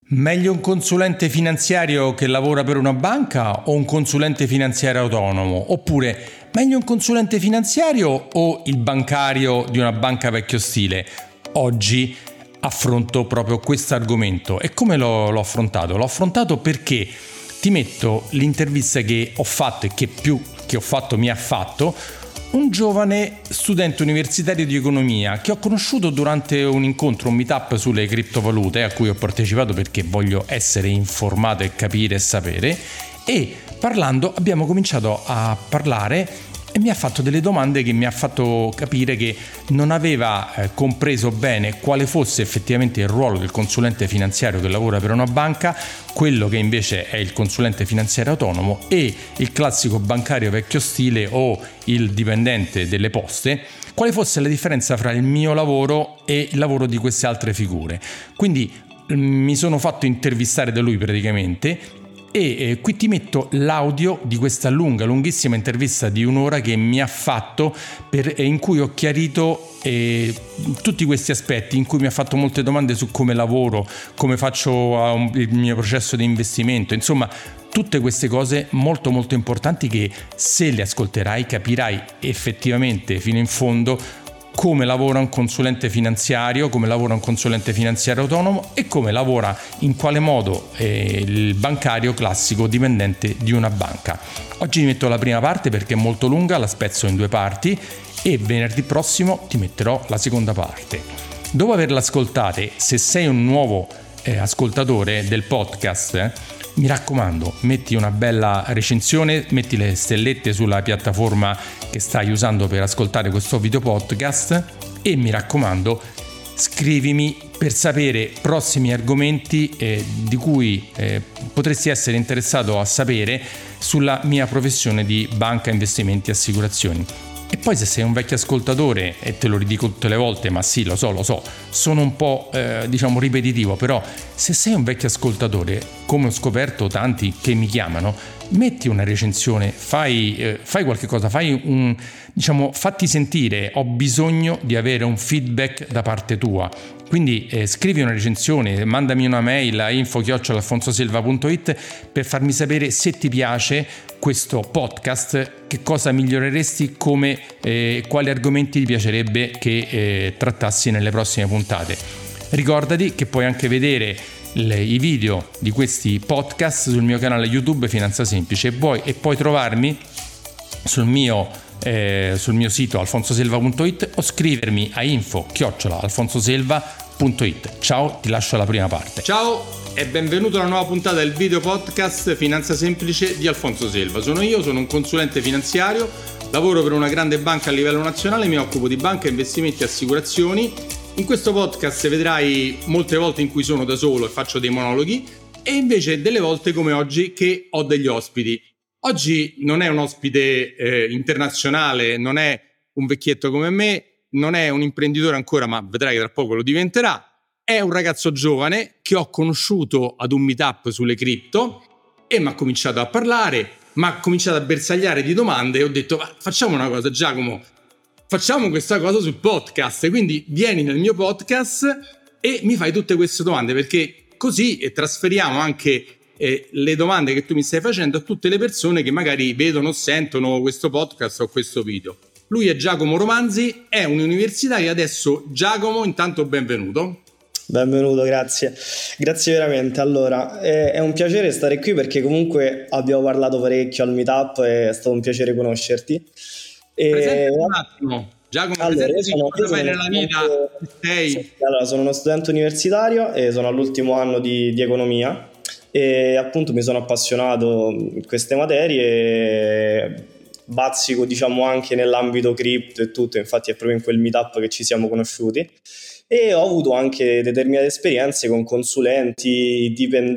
Meglio un consulente finanziario che lavora per una banca o un consulente finanziario autonomo? Oppure meglio un consulente finanziario o il bancario di una banca vecchio stile? Oggi affronto proprio questo argomento. E come l'ho affrontato? L'ho affrontato perché ti metto l'intervista che ho fatto e che più che ho fatto mi ha fatto un giovane studente universitario di economia che ho conosciuto durante un incontro, un meetup sulle criptovalute a cui ho partecipato perché voglio essere informato e capire e sapere, e parlando abbiamo cominciato a parlare e mi ha fatto delle domande che mi ha fatto capire che non aveva compreso bene quale fosse effettivamente il ruolo del consulente finanziario che lavora per una banca, quello che invece è il consulente finanziario autonomo e il classico bancario vecchio stile o il dipendente delle poste, quale fosse la differenza fra il mio lavoro e il lavoro di queste altre figure. Quindi mi sono fatto intervistare da lui praticamente. E qui ti metto l'audio di questa lunghissima intervista di un'ora che mi ha fatto in cui ho chiarito tutti questi aspetti, in cui mi ha fatto molte domande su come lavoro, come faccio il mio processo di investimento, insomma tutte queste cose molto molto importanti che se le ascolterai capirai effettivamente fino in fondo come lavora un consulente finanziario, come lavora un consulente finanziario autonomo e come lavora in quale modo il bancario classico dipendente di una banca. Oggi ti metto la prima parte perché è molto lunga, la spezzo in due parti e venerdì prossimo ti metterò la seconda parte. Dopo averla ascoltata, se sei un nuovo ascoltatore del podcast, mi raccomando, metti una bella recensione, metti le stellette sulla piattaforma che stai usando per ascoltare questo video podcast e mi raccomando, scrivimi per sapere prossimi argomenti di cui potresti essere interessato a sapere sulla mia professione di banca, investimenti e assicurazioni. E poi se sei un vecchio ascoltatore, e te lo ridico tutte le volte, ma sì, lo so, sono un po' ripetitivo, però se sei un vecchio ascoltatore, come ho scoperto tanti che mi chiamano, metti una recensione, fai qualche cosa, fatti sentire, ho bisogno di avere un feedback da parte tua. Quindi scrivi una recensione, mandami una mail a info@alfonsoselva.it per farmi sapere se ti piace questo podcast, che cosa miglioreresti, quali argomenti ti piacerebbe che trattassi nelle prossime puntate. Ricordati che puoi anche vedere i video di questi podcast sul mio canale YouTube Finanza Semplice e puoi trovarmi sul mio sito alfonsoselva.it o scrivermi a info@alfonsoselva.it. Ciao, ti lascio alla prima parte. Ciao e benvenuto alla nuova puntata del video podcast Finanza Semplice di Alfonso Selva. Sono un consulente finanziario, lavoro per una grande banca a livello nazionale, mi occupo di banca, investimenti e assicurazioni. In questo podcast vedrai molte volte in cui sono da solo e faccio dei monologhi e invece delle volte come oggi che ho degli ospiti. Oggi non è un ospite internazionale, non è un vecchietto come me, non è un imprenditore ancora, ma vedrai che tra poco lo diventerà. È un ragazzo giovane che ho conosciuto ad un meetup sulle cripto e mi ha cominciato a parlare, mi ha cominciato a bersagliare di domande e ho detto facciamo una cosa, Giacomo, facciamo questa cosa sul podcast, quindi vieni nel mio podcast e mi fai tutte queste domande perché così trasferiamo anche le domande che tu mi stai facendo a tutte le persone che magari vedono o sentono questo podcast o questo video. Lui è Giacomo Romanzi, è un universitario. Adesso Giacomo, intanto benvenuto. Benvenuto, grazie veramente. Allora, è un piacere stare qui perché comunque abbiamo parlato parecchio al meetup e è stato un piacere conoscerti. Presentati un attimo, Giacomo, allora, cosa fai nella vita? Allora, sono uno studente universitario e sono all'ultimo anno di economia e appunto mi sono appassionato in queste materie, bazzico diciamo anche nell'ambito cripto e tutto, infatti è proprio in quel meetup che ci siamo conosciuti e ho avuto anche determinate esperienze con consulenti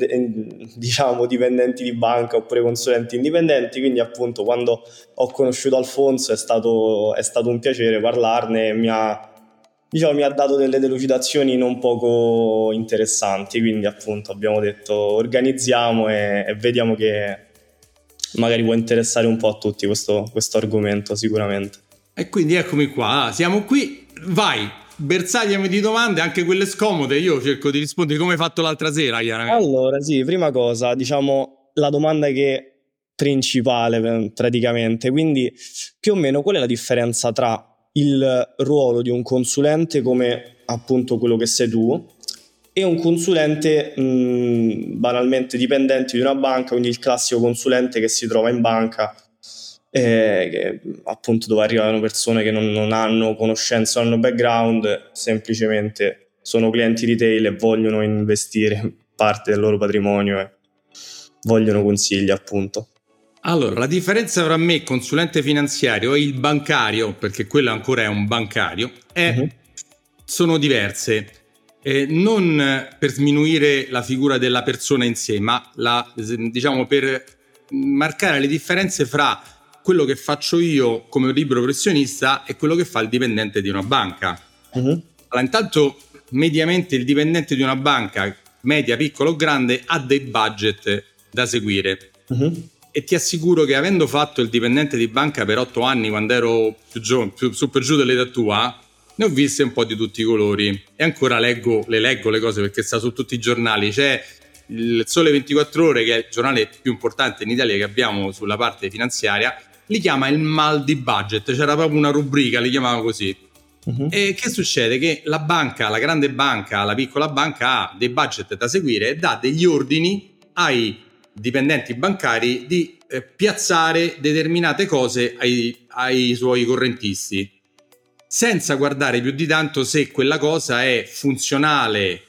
dipendenti di banca oppure consulenti indipendenti, quindi appunto quando ho conosciuto Alfonso è stato un piacere parlarne, mi ha dato delle delucidazioni non poco interessanti, quindi appunto abbiamo detto organizziamo e vediamo che magari può interessare un po' a tutti questo argomento sicuramente. E quindi eccomi qua, siamo qui, vai! bersagliami di domande, anche quelle scomode, io cerco di rispondere come hai fatto l'altra sera, chiaramente. Allora, sì, prima cosa, diciamo la domanda che principale praticamente, quindi più o meno qual è la differenza tra il ruolo di un consulente come appunto quello che sei tu e un consulente banalmente dipendente di una banca, quindi il classico consulente che si trova in banca, che appunto dove arrivano persone che non hanno conoscenze, non hanno background, semplicemente sono clienti retail e vogliono investire parte del loro patrimonio e vogliono consigli, appunto. Allora, la differenza tra me, consulente finanziario, e il bancario, perché quello ancora è un bancario, sono diverse. Non per sminuire la figura della persona in sé, ma diciamo per marcare le differenze fra quello che faccio io come libero professionista e quello che fa il dipendente di una banca. Allora, intanto, mediamente il dipendente di una banca, media, piccola o grande, ha dei budget da seguire. E ti assicuro che avendo fatto il dipendente di banca per 8 anni, quando ero più giovane, su per giù dell'età tua, ne ho viste un po' di tutti i colori e ancora leggo le cose perché sta su tutti i giornali. C'è il Sole 24 Ore, che è il giornale più importante in Italia che abbiamo sulla parte finanziaria, li chiama il mal di budget, c'era proprio una rubrica, li chiamava così. E che succede? Che la banca, la grande banca, la piccola banca ha dei budget da seguire e dà degli ordini ai dipendenti bancari di piazzare determinate cose ai suoi correntisti, senza guardare più di tanto se quella cosa è funzionale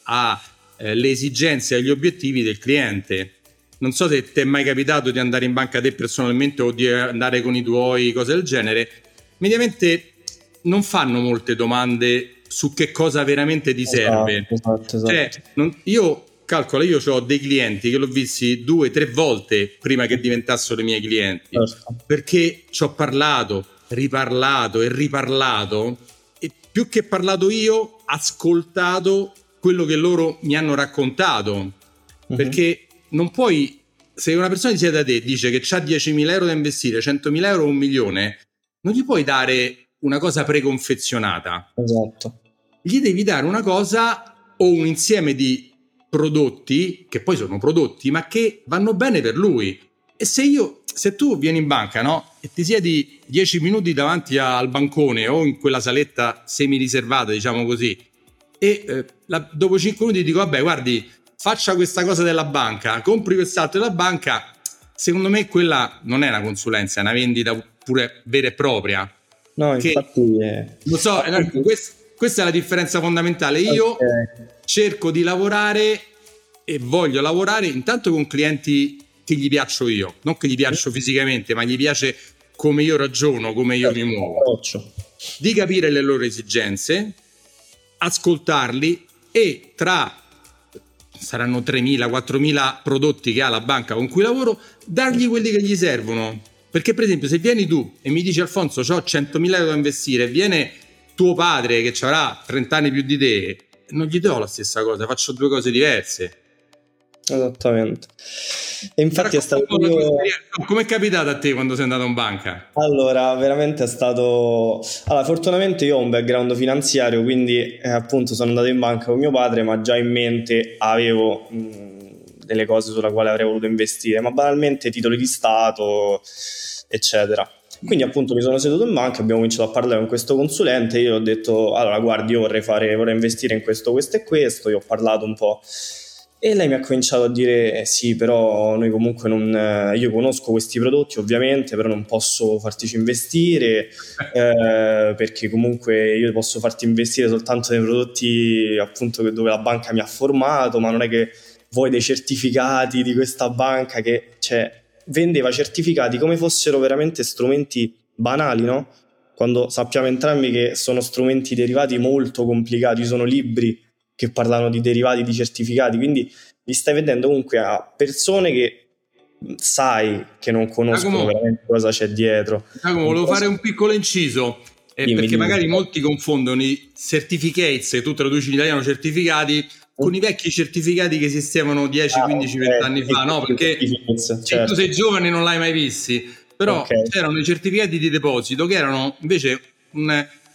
alle esigenze e agli obiettivi del cliente. Non so se ti è mai capitato di andare in banca te personalmente o di andare con i tuoi, cose del genere. Mediamente non fanno molte domande su che cosa veramente ti serve. Esatto. Cioè, io ho dei clienti che l'ho visti 2-3 volte prima che diventassero i miei clienti, perché ci ho parlato, riparlato e riparlato, e più che parlato io, ascoltato quello che loro mi hanno raccontato, perché non puoi, se una persona di siede da te dice che c'ha 10.000 euro da investire, 100.000 euro o 1 milione, non gli puoi dare una cosa preconfezionata. Esatto. Gli devi dare una cosa o un insieme di prodotti, che poi sono prodotti, ma che vanno bene per lui. E se tu vieni in banca, no? E ti siedi 10 minuti davanti al bancone o in quella saletta semi-riservata, diciamo così, e dopo 5 minuti dico, vabbè, guardi, faccia questa cosa della banca, compri quest'altro della banca, secondo me quella non è una consulenza, è una vendita pure vera e propria. No, infatti lo so, questa è la differenza fondamentale. Io cerco di lavorare e voglio lavorare intanto con clienti che gli piaccio io, non che gli piaccio fisicamente, ma gli piace come io ragiono, come io mi muovo, di capire le loro esigenze, ascoltarli e saranno 3.000-4.000 prodotti che ha la banca con cui lavoro, dargli quelli che gli servono. Perché per esempio se vieni tu e mi dici, Alfonso, ho 100.000 euro da investire, viene tuo padre che avrà 30 anni più di te, non gli do la stessa cosa, faccio 2 cose diverse. Esattamente. E infatti è stato come è capitato a te quando sei andato in banca? Allora, veramente è stato... Allora, fortunatamente io ho un background finanziario, quindi appunto sono andato in banca con mio padre, ma già in mente avevo delle cose sulla quale avrei voluto investire, ma banalmente titoli di Stato, eccetera. Quindi appunto mi sono seduto in banca, abbiamo cominciato a parlare con questo consulente, io ho detto, allora guardi, io vorrei investire in questo, questo e questo, io ho parlato un po'. E lei mi ha cominciato a dire sì, però noi comunque io conosco questi prodotti ovviamente, però non posso fartici investire perché comunque io posso farti investire soltanto nei prodotti appunto dove la banca mi ha formato, ma non è che vuoi dei certificati di questa banca che vendeva certificati come fossero veramente strumenti banali, no? Quando sappiamo entrambi che sono strumenti derivati molto complicati, ci sono libri che parlano di derivati di certificati, quindi li stai vendendo comunque a persone che sai che non conoscono veramente cosa c'è dietro. Volevo fare un piccolo inciso, perché magari molti confondono i certificates, che tu traduci in italiano certificati, con i vecchi certificati che esistevano 10, 15, 20 anni fa, no? Perché tu sei giovane e non l'hai mai visti, però c'erano i certificati di deposito che erano invece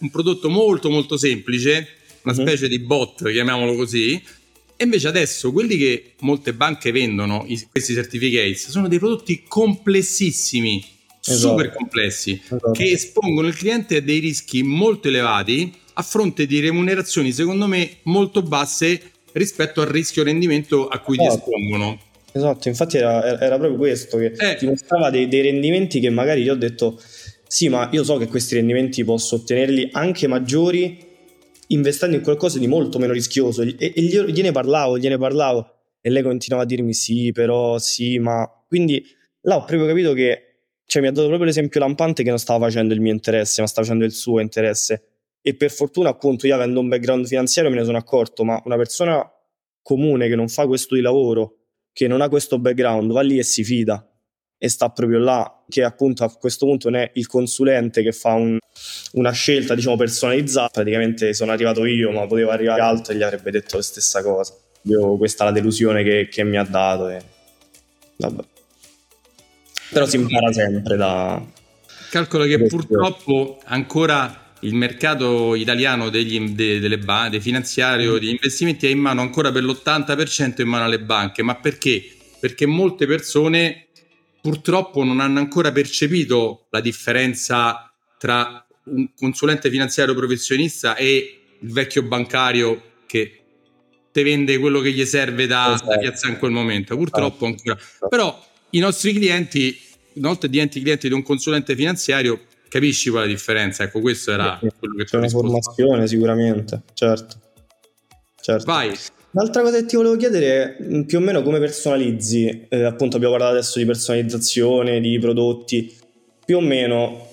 un prodotto molto molto semplice, una specie di bot, chiamiamolo così. E invece adesso quelli che molte banche vendono, questi certificates, sono dei prodotti complessissimi, super complessi, che espongono il cliente a dei rischi molto elevati a fronte di remunerazioni secondo me molto basse rispetto al rischio rendimento a cui ti espongono. Esatto, infatti era proprio questo che ti mostrava dei rendimenti che magari io ho detto sì, ma io so che questi rendimenti posso ottenerli anche maggiori investendo in qualcosa di molto meno rischioso, e gliene parlavo e lei continuava a dirmi sì, però sì, ma quindi là ho proprio capito che, cioè, mi ha dato proprio l'esempio lampante che non stava facendo il mio interesse, ma stava facendo il suo interesse. E per fortuna, appunto, io avendo un background finanziario me ne sono accorto, ma una persona comune che non fa questo di lavoro, che non ha questo background, va lì e si fida e sta proprio là, che appunto a questo punto non è il consulente che fa una scelta, diciamo, personalizzata. Praticamente sono arrivato io, ma poteva arrivare altro e gli avrebbe detto la stessa cosa. Questa è la delusione che mi ha dato, e vabbè. Però si impara sempre da... Calcola che purtroppo ancora il mercato italiano dei finanziario, degli investimenti è in mano ancora per l'80% in mano alle banche. Ma perché? Perché molte persone purtroppo non hanno ancora percepito la differenza tra un consulente finanziario professionista e il vecchio bancario che te vende quello che gli serve da piazzare in quel momento. Purtroppo ancora. Però i nostri clienti, una volta diventi clienti di un consulente finanziario, capisci qual è la differenza. Ecco, questo era quello che c'è una formazione sicuramente, certo. Vai. Un'altra cosa che ti volevo chiedere è più o meno come personalizzi, appunto abbiamo parlato adesso di personalizzazione, di prodotti, più o meno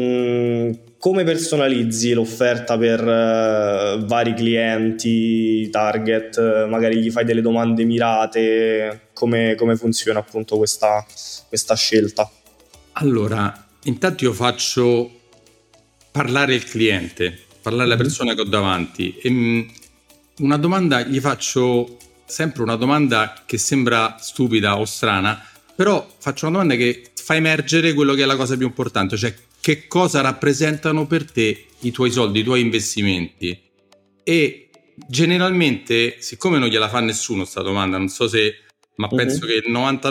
come personalizzi l'offerta per vari clienti, target, magari gli fai delle domande mirate, come funziona appunto questa scelta? Allora, intanto io faccio parlare il cliente, parlare la persona che ho davanti, e una domanda gli faccio sempre, una domanda che sembra stupida o strana, però faccio una domanda che fa emergere quello che è la cosa più importante, cioè che cosa rappresentano per te i tuoi soldi, i tuoi investimenti. E generalmente, siccome non gliela fa nessuno sta domanda, non so se, ma penso che il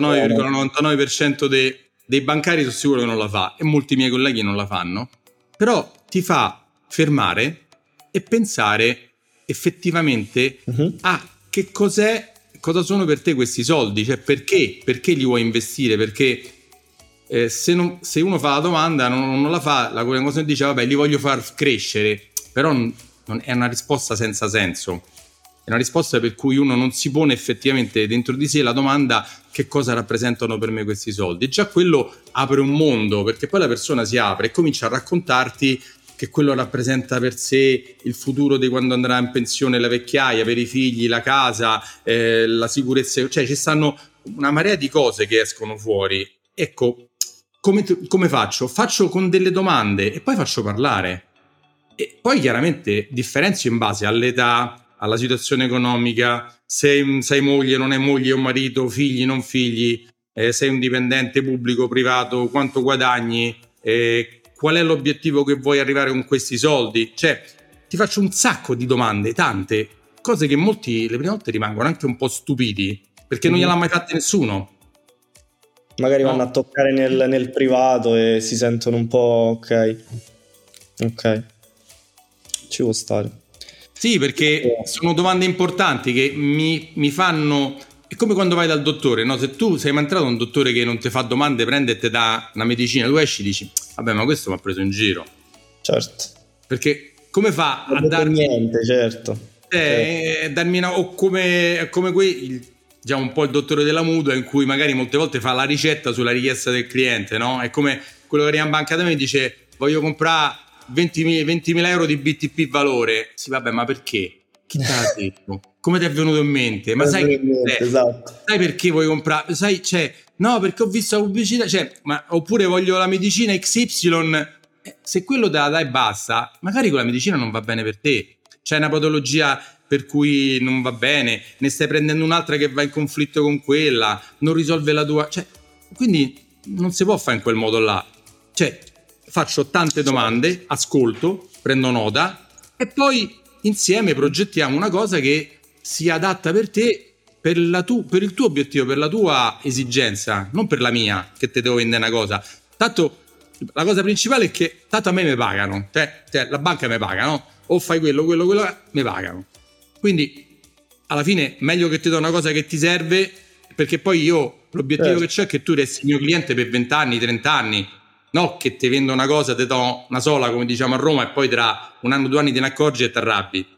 99,99% dei bancari sono sicuro che non la fa, e molti miei colleghi non la fanno, però ti fa fermare e pensare effettivamente a che cosa sono per te questi soldi, cioè perché li vuoi investire, perché se uno fa la domanda non la fa, la cosa dice vabbè li voglio far crescere, però non è una risposta senza senso, è una risposta per cui uno non si pone effettivamente dentro di sé la domanda che cosa rappresentano per me questi soldi, e già quello apre un mondo, perché poi la persona si apre e comincia a raccontarti che quello rappresenta per sé il futuro di quando andrà in pensione, la vecchiaia, per i figli, la casa, la sicurezza, cioè ci stanno una marea di cose che escono fuori. Ecco, come faccio? Faccio con delle domande e poi faccio parlare, e poi chiaramente differenzio in base all'età, alla situazione economica, se sei moglie, non hai moglie, o marito, figli, non figli, sei un dipendente pubblico, privato, quanto guadagni, qual è l'obiettivo che vuoi arrivare con questi soldi. Cioè ti faccio un sacco di domande, tante cose che molti le prime volte rimangono anche un po' stupiti, perché non gliel'ha mai fatte nessuno. Magari vanno a toccare nel privato e si sentono un po' ok, ci può stare. Sì, perché sono domande importanti che mi fanno. È come quando vai dal dottore, no? Se tu sei mai entrato da un dottore che non ti fa domande, prende e ti dà una medicina, tu esci e dici vabbè, ma questo mi ha preso in giro. Certo. Perché come fa a darmi niente, certo. Darmi o come diciamo un po' il dottore della mutua, in cui magari molte volte fa la ricetta sulla richiesta del cliente, no? È come quello che arriva in banca da me e dice voglio comprare 20.000 euro di BTP valore. Sì, vabbè, ma perché? Chi te l'ha detto? Come ti è venuto in mente? Ma sai esatto. Sai perché vuoi comprare? Sai, cioè, no, perché ho visto la pubblicità, cioè, oppure voglio la medicina XY. Se quello te la dai basta, magari quella medicina non va bene per te. C'è una patologia per cui non va bene, ne stai prendendo un'altra che va in conflitto con quella, non risolve la tua, cioè, quindi non si può fare in quel modo là. Cioè, faccio tante domande, ascolto, prendo nota, e poi insieme progettiamo una cosa che sia adatta per te, per il tuo obiettivo, per la tua esigenza, non per la mia, che te devo vendere una cosa. Tanto la cosa principale è che tanto a me mi pagano, cioè la banca mi paga, no? O fai quello, mi pagano. Quindi alla fine meglio che ti do una cosa che ti serve, perché poi io l'obiettivo che c'ho è che tu resti mio cliente per 20 anni, 30 anni, no che ti vendo una cosa, ti do una sola, come diciamo a Roma, e poi tra un anno, 2 anni te ne accorgi e ti arrabbi.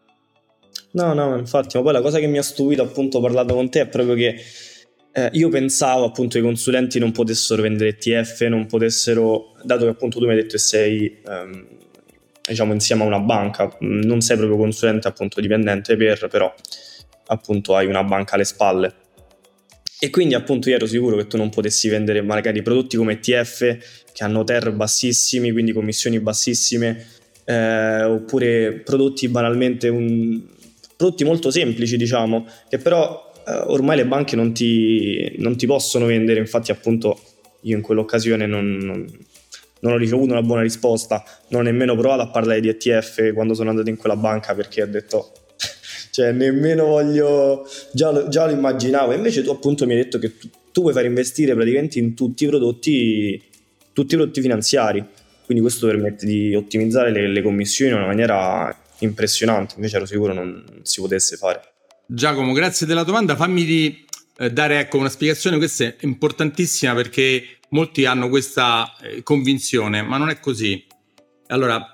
No, infatti, ma poi la cosa che mi ha stupito, appunto, parlando con te, è proprio che io pensavo appunto che i consulenti non potessero vendere ETF, non potessero, dato che appunto tu mi hai detto che sei diciamo insieme a una banca, non sei proprio consulente appunto dipendente però appunto hai una banca alle spalle, e quindi appunto io ero sicuro che tu non potessi vendere magari prodotti come ETF che hanno TER bassissimi, quindi commissioni bassissime, oppure prodotti banalmente prodotti molto semplici, diciamo, che però ormai le banche non ti possono vendere. Infatti appunto io in quell'occasione non ho ricevuto una buona risposta, non ho nemmeno provato a parlare di ETF quando sono andato in quella banca, perché ho detto cioè nemmeno voglio, già lo immaginavo. E invece tu appunto mi hai detto che tu vuoi far investire praticamente in tutti i prodotti finanziari, quindi questo permette di ottimizzare le commissioni in una maniera impressionante. Invece ero sicuro non si potesse fare. Giacomo, grazie della domanda. Fammi dare una spiegazione. Questa è importantissima, perché molti hanno questa convinzione, ma non è così. Allora,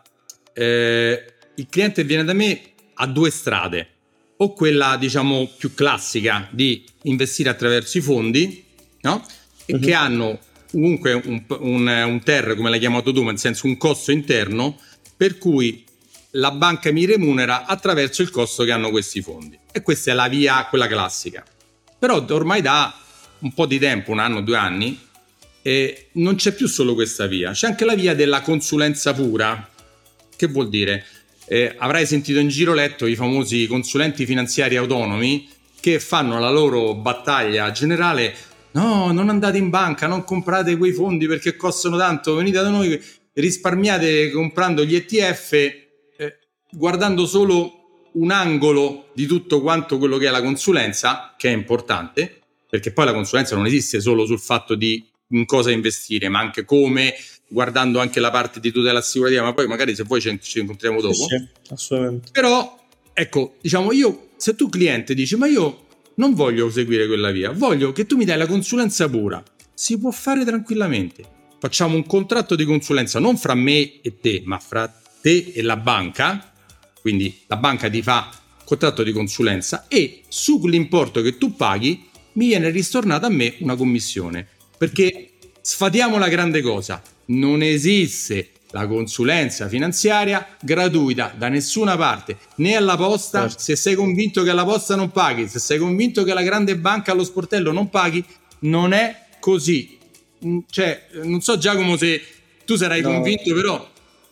il cliente viene da me a 2 strade: o quella diciamo più classica di investire attraverso i fondi, no? E che hanno comunque un TER, come l'hai chiamato tu, nel senso un costo interno, per cui la banca mi remunera attraverso il costo che hanno questi fondi. E questa è la via, quella classica. Però ormai da un po' di tempo, 1 anno, 2 anni, non c'è più solo questa via, c'è anche la via della consulenza pura. Che vuol dire? Avrai sentito in giro, letto i famosi consulenti finanziari autonomi che fanno la loro battaglia generale: no, non andate in banca, non comprate quei fondi perché costano tanto, venite da noi, risparmiate comprando gli ETF, guardando solo un angolo di tutto quanto quello che è la consulenza, che è importante, perché poi la consulenza non esiste solo sul fatto di in cosa investire, ma anche come, guardando anche la parte di tutela assicurativa, ma poi magari se vuoi ci incontriamo dopo. Sì, assolutamente. Però, ecco, diciamo, se tu cliente dici ma io non voglio seguire quella via, voglio che tu mi dai la consulenza pura, si può fare tranquillamente. Facciamo un contratto di consulenza non fra me e te, ma fra te e la banca. Quindi la banca ti fa contratto di consulenza e sull'importo che tu paghi mi viene ristornata a me una commissione. Perché sfatiamo la grande cosa: non esiste la consulenza finanziaria gratuita da nessuna parte, né alla posta. Certo. Se sei convinto che alla posta non paghi, se sei convinto che la grande banca allo sportello non paghi, non è così. Cioè, non so Giacomo se tu sarai convinto, però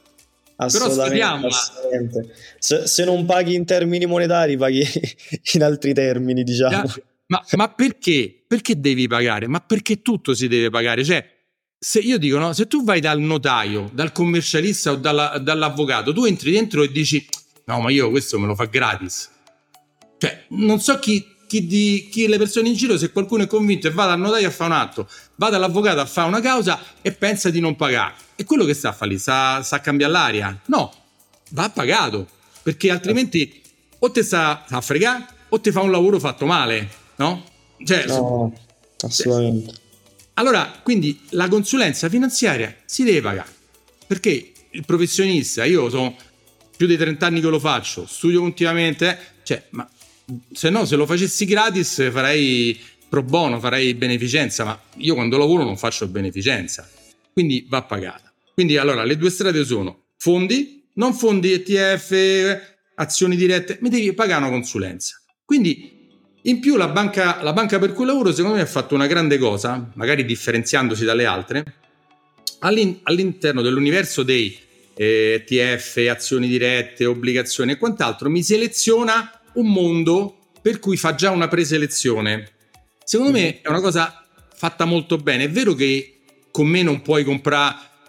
assolutamente. Se non paghi in termini monetari, paghi in altri termini, diciamo. Ma perché? Perché devi pagare? Ma perché tutto si deve pagare? Cioè, se io dico, no, se tu vai dal notaio, dal commercialista o dall'avvocato, tu entri dentro e dici no, ma io questo me lo fa gratis. Cioè, non so chi le persone in giro, se qualcuno è convinto e va dal notaio a fare un atto, va dall'avvocato a fare una causa e pensa di non pagare. E quello che sta a fare lì? Sta a cambiare l'aria? No, va pagato, perché altrimenti o te sta a fregare o te fa un lavoro fatto male, no? Cioè, no, assolutamente. Allora, quindi la consulenza finanziaria si deve pagare, perché il professionista, io sono più di 30 anni che lo faccio, studio continuamente, cioè, ma se no, se lo facessi gratis farei pro bono, farei beneficenza, ma io quando lavoro non faccio beneficenza, quindi va pagata. Quindi allora le 2 strade sono fondi, non fondi ETF, azioni dirette, mi devi pagare una consulenza. Quindi in più la banca per cui lavoro secondo me ha fatto una grande cosa, magari differenziandosi dalle altre, all'interno dell'universo dei ETF, azioni dirette, obbligazioni e quant'altro, mi seleziona un mondo per cui fa già una preselezione. Secondo me è una cosa fatta molto bene. È vero che con me non puoi comprare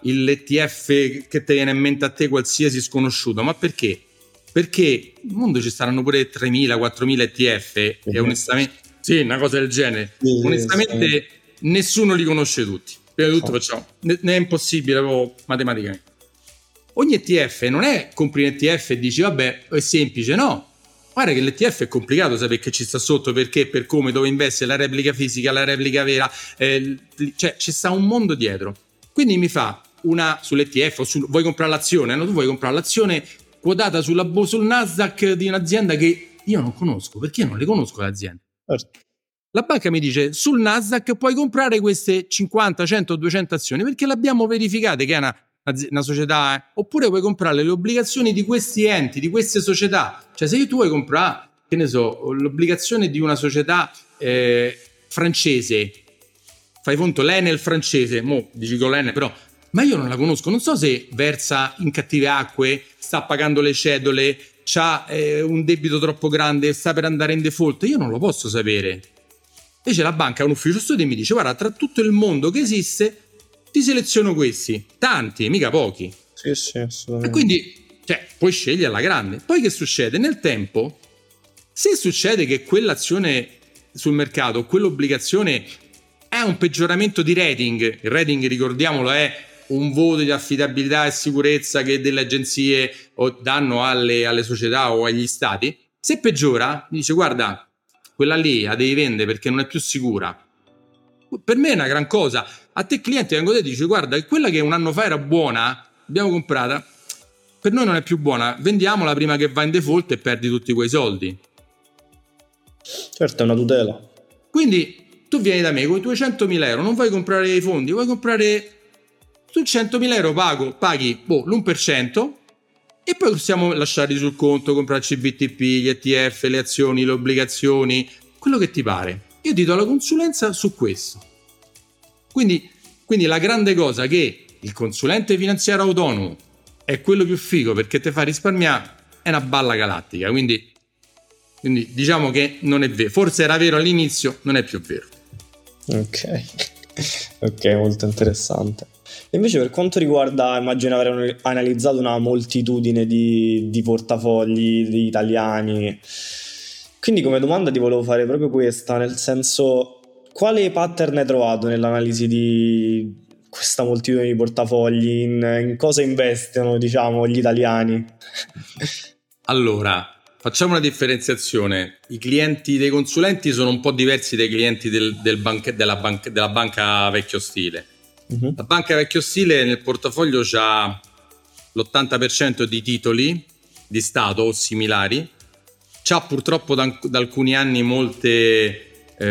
l'ETF che ti viene in mente a te, qualsiasi sconosciuto. Ma perché? Perché nel mondo ci saranno pure 3.000, 4.000 ETF e onestamente, sì, una cosa del genere. Onestamente nessuno li conosce tutti. Prima di tutto facciamo, ne è impossibile proprio matematicamente. Ogni ETF non è compri un ETF e dici vabbè è semplice, no. Guarda che l'ETF è complicato sapere che ci sta sotto, perché, per come, dove investe, la replica fisica, la replica vera, cioè ci sta un mondo dietro. Quindi mi fa una sull'ETF o vuoi comprare l'azione, no? Tu vuoi comprare l'azione quotata sul Nasdaq di un'azienda che io non conosco, perché io non le conosco le aziende. La banca mi dice sul Nasdaq puoi comprare queste 50, 100, 200 azioni perché l'abbiamo verificate che è una società, oppure puoi comprare le obbligazioni di questi enti, di queste società. Cioè se tu vuoi comprare, che ne so, l'obbligazione di una società francese, fai conto l'Enel francese, mo dici con l'Enel però, ma io non la conosco, non so se versa in cattive acque, sta pagando le cedole, c'ha un debito troppo grande, sta per andare in default, io non lo posso sapere. Invece la banca ha un ufficio studi e mi dice guarda, tra tutto il mondo che esiste ti seleziono questi, tanti, mica pochi. Sì, assolutamente. E quindi puoi scegliere alla grande. Poi che succede? Nel tempo, se succede che quell'azione sul mercato, quell'obbligazione ha un peggioramento di rating, il rating, ricordiamolo, è un voto di affidabilità e sicurezza che delle agenzie danno alle società o agli stati, se peggiora, mi dice guarda, quella lì la devi vendere perché non è più sicura. Per me è una gran cosa. A te cliente vengo te e dici guarda, quella che un anno fa era buona, abbiamo comprata, per noi non è più buona, vendiamola prima che va in default e perdi tutti quei soldi. Certo, è una tutela. Quindi tu vieni da me con i tuoi 100.000 euro, non vuoi comprare i fondi, vuoi comprare su 100.000 euro paghi l'1% e poi possiamo lasciarli sul conto, comprarci i BTP, gli ETF, le azioni, le obbligazioni, quello che ti pare. Io ti do la consulenza su questo. Quindi la grande cosa che il consulente finanziario autonomo è quello più figo perché ti fa risparmiare è una balla galattica. Quindi diciamo che non è vero. Forse era vero all'inizio, non è più vero. Ok, molto interessante. E invece per quanto riguarda, immagino avrei analizzato una moltitudine di portafogli di italiani. Quindi come domanda ti volevo fare proprio questa, nel senso, quale pattern hai trovato nell'analisi di questa moltitudine di portafogli? In cosa investono, diciamo, gli italiani? Allora, facciamo una differenziazione. I clienti dei consulenti sono un po' diversi dai clienti della banca vecchio stile. Uh-huh. La banca vecchio stile nel portafoglio c'ha l'80% di titoli di Stato o similari. C'ha purtroppo da alcuni anni molte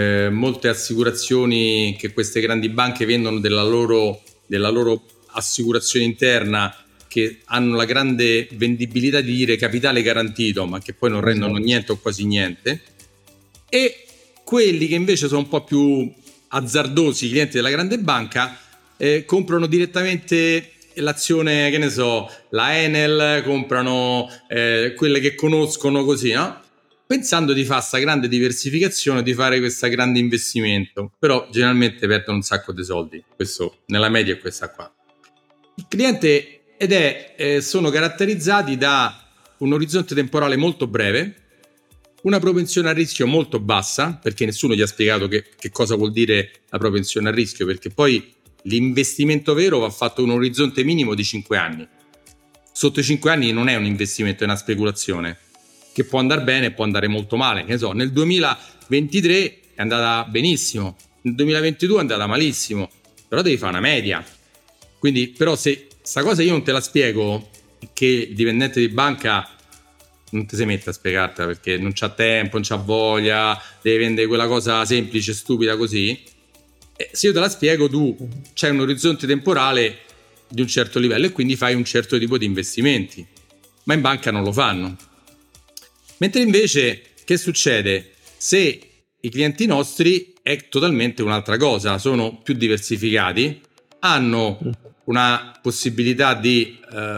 assicurazioni che queste grandi banche vendono della loro assicurazione interna, che hanno la grande vendibilità di dire capitale garantito, ma che poi non rendono niente o quasi niente. E quelli che invece sono un po' più azzardosi, i clienti della grande banca, comprano direttamente l'azione, che ne so, la Enel, comprano quelle che conoscono così, no? Pensando di fare questa grande diversificazione, di fare questo grande investimento, però generalmente perdono un sacco di soldi. Questo nella media è questa qua. Il cliente sono caratterizzati da un orizzonte temporale molto breve, una propensione a rischio molto bassa, perché nessuno gli ha spiegato che cosa vuol dire la propensione a rischio, perché poi l'investimento vero va fatto un orizzonte minimo di 5 anni. Sotto i 5 anni non è un investimento, è una speculazione che può andare bene e può andare molto male. Che ne so, nel 2023 è andata benissimo, nel 2022 è andata malissimo, però devi fare una media. Quindi, però, se sta cosa io non te la spiego, che il dipendente di banca non ti si mette a spiegartela perché non c'ha tempo, non c'ha voglia, deve vendere quella cosa semplice, stupida così. Se io te la spiego, tu c'hai un orizzonte temporale di un certo livello e quindi fai un certo tipo di investimenti, ma in banca non lo fanno. Mentre invece, che succede? Se i clienti nostri è totalmente un'altra cosa, sono più diversificati, hanno una possibilità di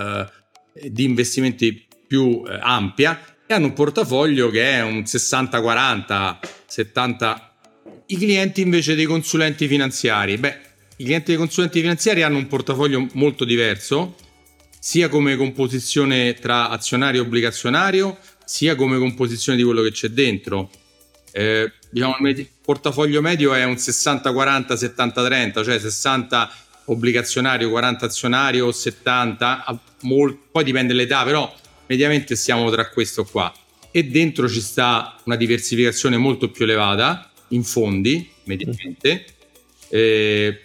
investimenti più ampia e hanno un portafoglio che è un 60-40, 70. I clienti invece dei consulenti finanziari, i clienti dei consulenti finanziari hanno un portafoglio molto diverso, sia come composizione tra azionario e obbligazionario, sia come composizione di quello che c'è dentro. Diciamo, il portafoglio medio è un 60-40, 70-30, cioè 60 obbligazionario, 40 azionario, 70, poi dipende dall'età, però mediamente siamo tra questo qua. E dentro ci sta una diversificazione molto più elevata in fondi, mediamente, e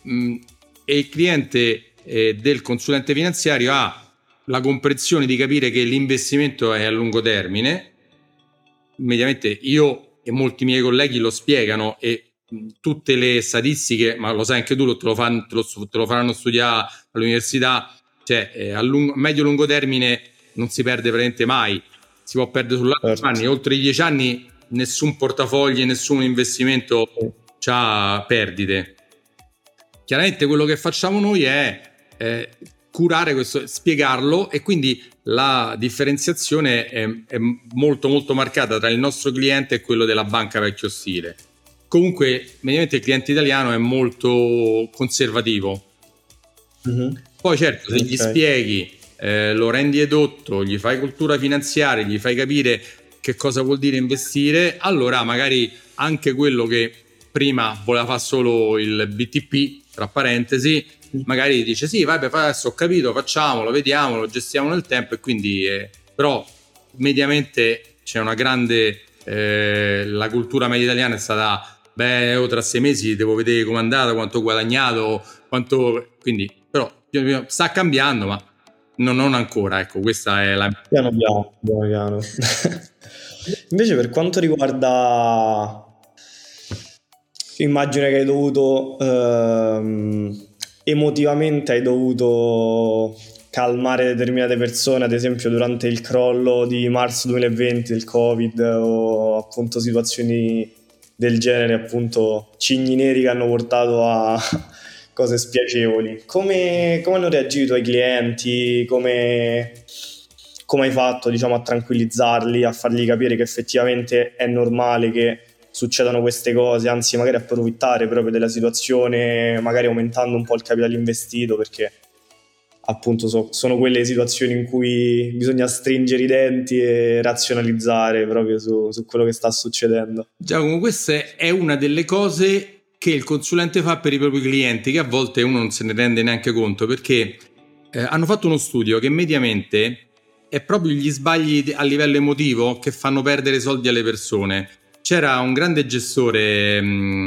il cliente del consulente finanziario ha la comprensione di capire che l'investimento è a lungo termine. Mediamente io e molti miei colleghi lo spiegano, e tutte le statistiche, ma lo sai anche tu, te lo faranno studiare all'università, cioè a medio-lungo termine non si perde praticamente mai, si può perdere sull'altro anni, oltre i 10 anni nessun portafoglio, nessun investimento c'ha perdite. Chiaramente quello che facciamo noi è curare questo, spiegarlo, e quindi la differenziazione è molto molto marcata tra il nostro cliente e quello della banca vecchio stile. Comunque mediamente il cliente italiano è molto conservativo. Poi certo, se gli spieghi, lo rendi edotto, gli fai cultura finanziaria, gli fai capire che cosa vuol dire investire, allora magari anche quello che prima voleva fare solo il BTP, tra parentesi, magari dice sì, vabbè, adesso ho capito, facciamolo, vediamolo, gestiamo nel tempo. E quindi però mediamente c'è una grande la cultura media italiana è stata tra 6 mesi devo vedere com'è andata, quanto ho guadagnato, quindi però sta cambiando, ma non ancora, ecco, questa è la piano piano. Invece per quanto riguarda, immagino che hai dovuto emotivamente hai dovuto calmare determinate persone, ad esempio durante il crollo di marzo 2020 del Covid, o appunto situazioni del genere, appunto cigni neri che hanno portato a cose spiacevoli. Come hanno reagito i tuoi clienti? Come hai fatto, diciamo, a tranquillizzarli, a fargli capire che effettivamente è normale che succedano queste cose, anzi magari approfittare proprio della situazione, magari aumentando un po' il capitale investito, perché appunto sono quelle situazioni in cui bisogna stringere i denti e razionalizzare proprio su quello che sta succedendo. Giacomo, questa è una delle cose che il consulente fa per i propri clienti, che a volte uno non se ne rende neanche conto, perché hanno fatto uno studio che mediamente è proprio gli sbagli a livello emotivo che fanno perdere soldi alle persone. C'era un grande gestore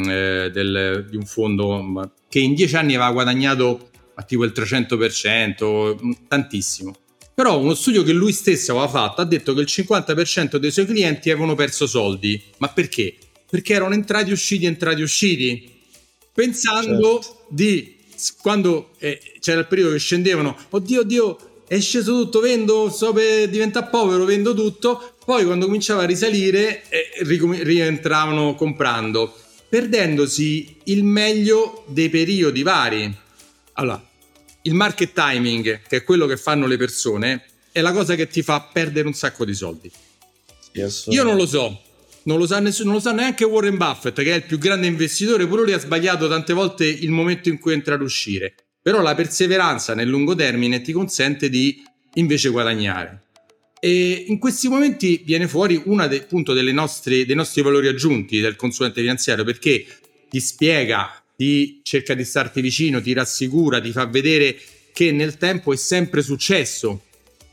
di un fondo che in 10 anni aveva guadagnato tipo il 300%, tantissimo. Però uno studio che lui stesso aveva fatto ha detto che il 50% dei suoi clienti avevano perso soldi. Ma perché? Perché erano entrati usciti, pensando di quando c'era il periodo che scendevano, oddio è sceso tutto, vendo, sto per diventare povero, vendo tutto. Poi quando cominciava a risalire rientravano comprando, perdendosi il meglio dei periodi vari. Allora, il market timing, che è quello che fanno le persone, è la cosa che ti fa perdere un sacco di soldi. Io non lo so, non lo sa nessuno, non lo sa neanche Warren Buffett, che è il più grande investitore, pure lui ha sbagliato tante volte il momento in cui entra ad uscire. Però la perseveranza nel lungo termine ti consente di invece guadagnare. E in questi momenti viene fuori una appunto dei nostri valori aggiunti del consulente finanziario, perché ti spiega, ti cerca di starti vicino, ti rassicura, ti fa vedere che nel tempo è sempre successo,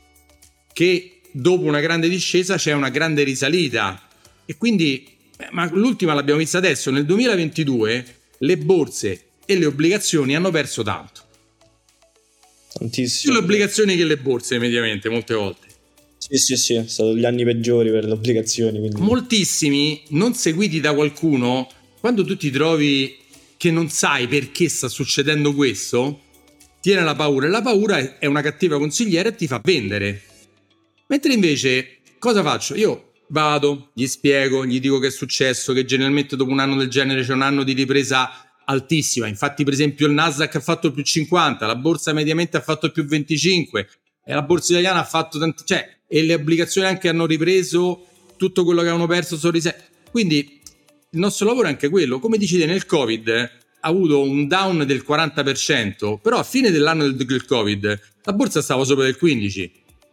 che dopo una grande discesa c'è una grande risalita. E quindi, ma l'ultima l'abbiamo vista adesso, nel 2022 le borse e le obbligazioni hanno perso tanto. Tantissimo. Più le obbligazioni che le borse mediamente, molte volte. Sì, sono stati gli anni peggiori per le obbligazioni. Quindi. Moltissimi, non seguiti da qualcuno, quando tu ti trovi che non sai perché sta succedendo questo, tiene la paura, e la paura è una cattiva consigliera e ti fa vendere. Mentre invece, cosa faccio? Io vado, gli spiego, gli dico che è successo, che generalmente dopo un anno del genere c'è un anno di ripresa altissima. Infatti, per esempio, il Nasdaq ha fatto il più 50, la borsa mediamente ha fatto il più 25, e la borsa italiana ha fatto tanti, e le obbligazioni anche hanno ripreso, tutto quello che avevano perso sono riserve. Quindi il nostro lavoro è anche quello, come dici te nel Covid, ha avuto un down del 40%, però a fine dell'anno del Covid la borsa stava sopra del 15%.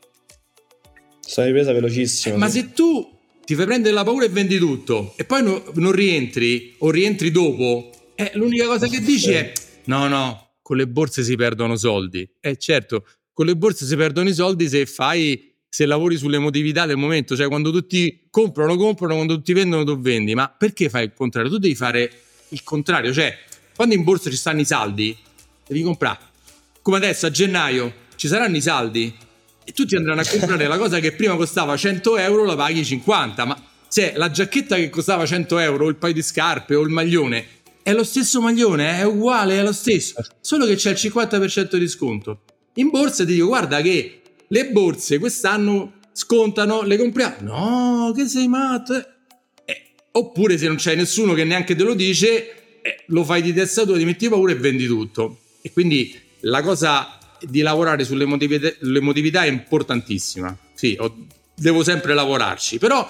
Sono ripresa velocissima. Ma se tu ti fai prendere la paura e vendi tutto e poi non rientri o rientri dopo, l'unica cosa che dici è no, con le borse si perdono soldi. Certo, con le borse si perdono i soldi se lavori sull'emotività del momento, cioè quando tutti comprano, quando tutti vendono tu vendi. Ma perché fai il contrario? Tu devi fare il contrario, cioè quando in borsa ci stanno i saldi devi comprare, come adesso a gennaio ci saranno i saldi e tutti andranno a comprare la cosa che prima costava 100 euro, la paghi 50. Ma se la giacchetta che costava 100 euro o il paio di scarpe o il maglione è lo stesso maglione, è uguale, è lo stesso, solo che c'è il 50% di sconto. In borsa ti dico, guarda che le borse quest'anno scontano, le compriamo. No, che sei matto? Oppure se non c'è nessuno che neanche te lo dice, lo fai di testa tua, ti metti paura e vendi tutto. E quindi la cosa di lavorare sull'emotività è importantissima. Sì, devo sempre lavorarci, però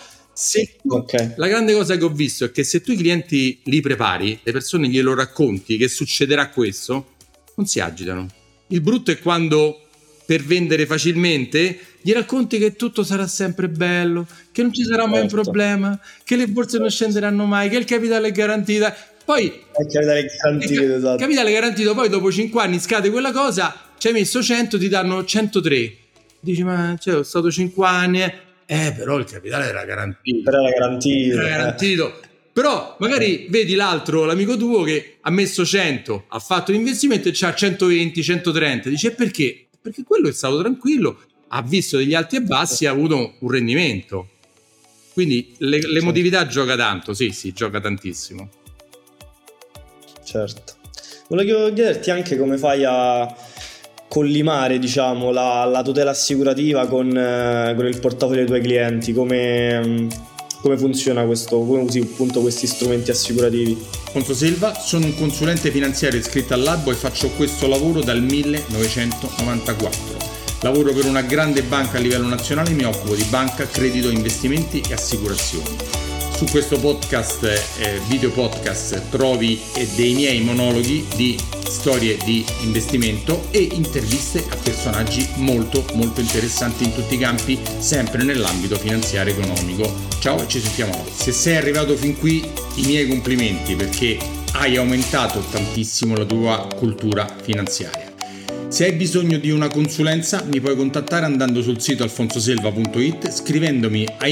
la grande cosa che ho visto è che se tu i clienti li prepari, le persone glielo racconti che succederà questo, non si agitano. Il brutto è quando per vendere facilmente gli racconti che tutto sarà sempre bello, che non ci sarà mai un problema, che le borse non scenderanno mai, che il capitale è garantito. Poi esatto. Capitale garantito, poi dopo 5 anni scade quella cosa, ci hai messo 100, ti danno 103. Dici, ma ho stato 5 anni, però il capitale era garantito. Era garantito. Però magari vedi l'altro, l'amico tuo, che ha messo 100, ha fatto l'investimento e c'ha 120, 130. Dice, perché? Perché quello è stato tranquillo, ha visto degli alti e bassi e ha avuto un rendimento. Quindi l'emotività gioca tanto, sì, gioca tantissimo. Certo. Volevo chiederti anche come fai a collimare, diciamo, la tutela assicurativa con il portafoglio dei tuoi clienti, come funziona questo, come usi appunto questi strumenti assicurativi? Alfonso Selva, sono un consulente finanziario iscritto all'albo e faccio questo lavoro dal 1994. Lavoro per una grande banca a livello nazionale e mi occupo di banca, credito, investimenti e assicurazioni. Su questo podcast, video podcast, trovi dei miei monologhi di storie di investimento e interviste a personaggi molto molto interessanti in tutti i campi, sempre nell'ambito finanziario e economico. Ciao e ci sentiamo oggi. Se sei arrivato fin qui, i miei complimenti, perché hai aumentato tantissimo la tua cultura finanziaria. Se hai bisogno di una consulenza mi puoi contattare andando sul sito alfonsoselva.it, scrivendomi a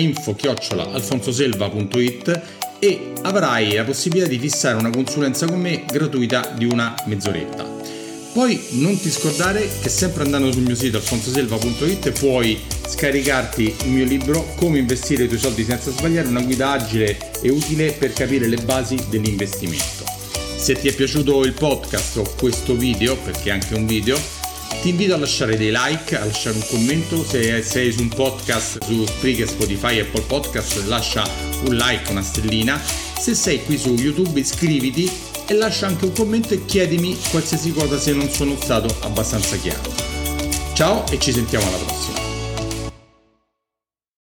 info@alfonsoselva.it e avrai la possibilità di fissare una consulenza con me gratuita di una mezz'oretta. Poi non ti scordare che sempre andando sul mio sito alfonsoselva.it puoi scaricarti il mio libro Come investire i tuoi soldi senza sbagliare, una guida agile e utile per capire le basi dell'investimento. Se ti è piaciuto il podcast o questo video, perché è anche un video, ti invito a lasciare dei like, a lasciare un commento. Se sei su un podcast su Spreaker, Spotify, Apple Podcast, lascia un like, una stellina. Se sei qui su YouTube, iscriviti e lascia anche un commento e chiedimi qualsiasi cosa se non sono stato abbastanza chiaro. Ciao e ci sentiamo alla prossima.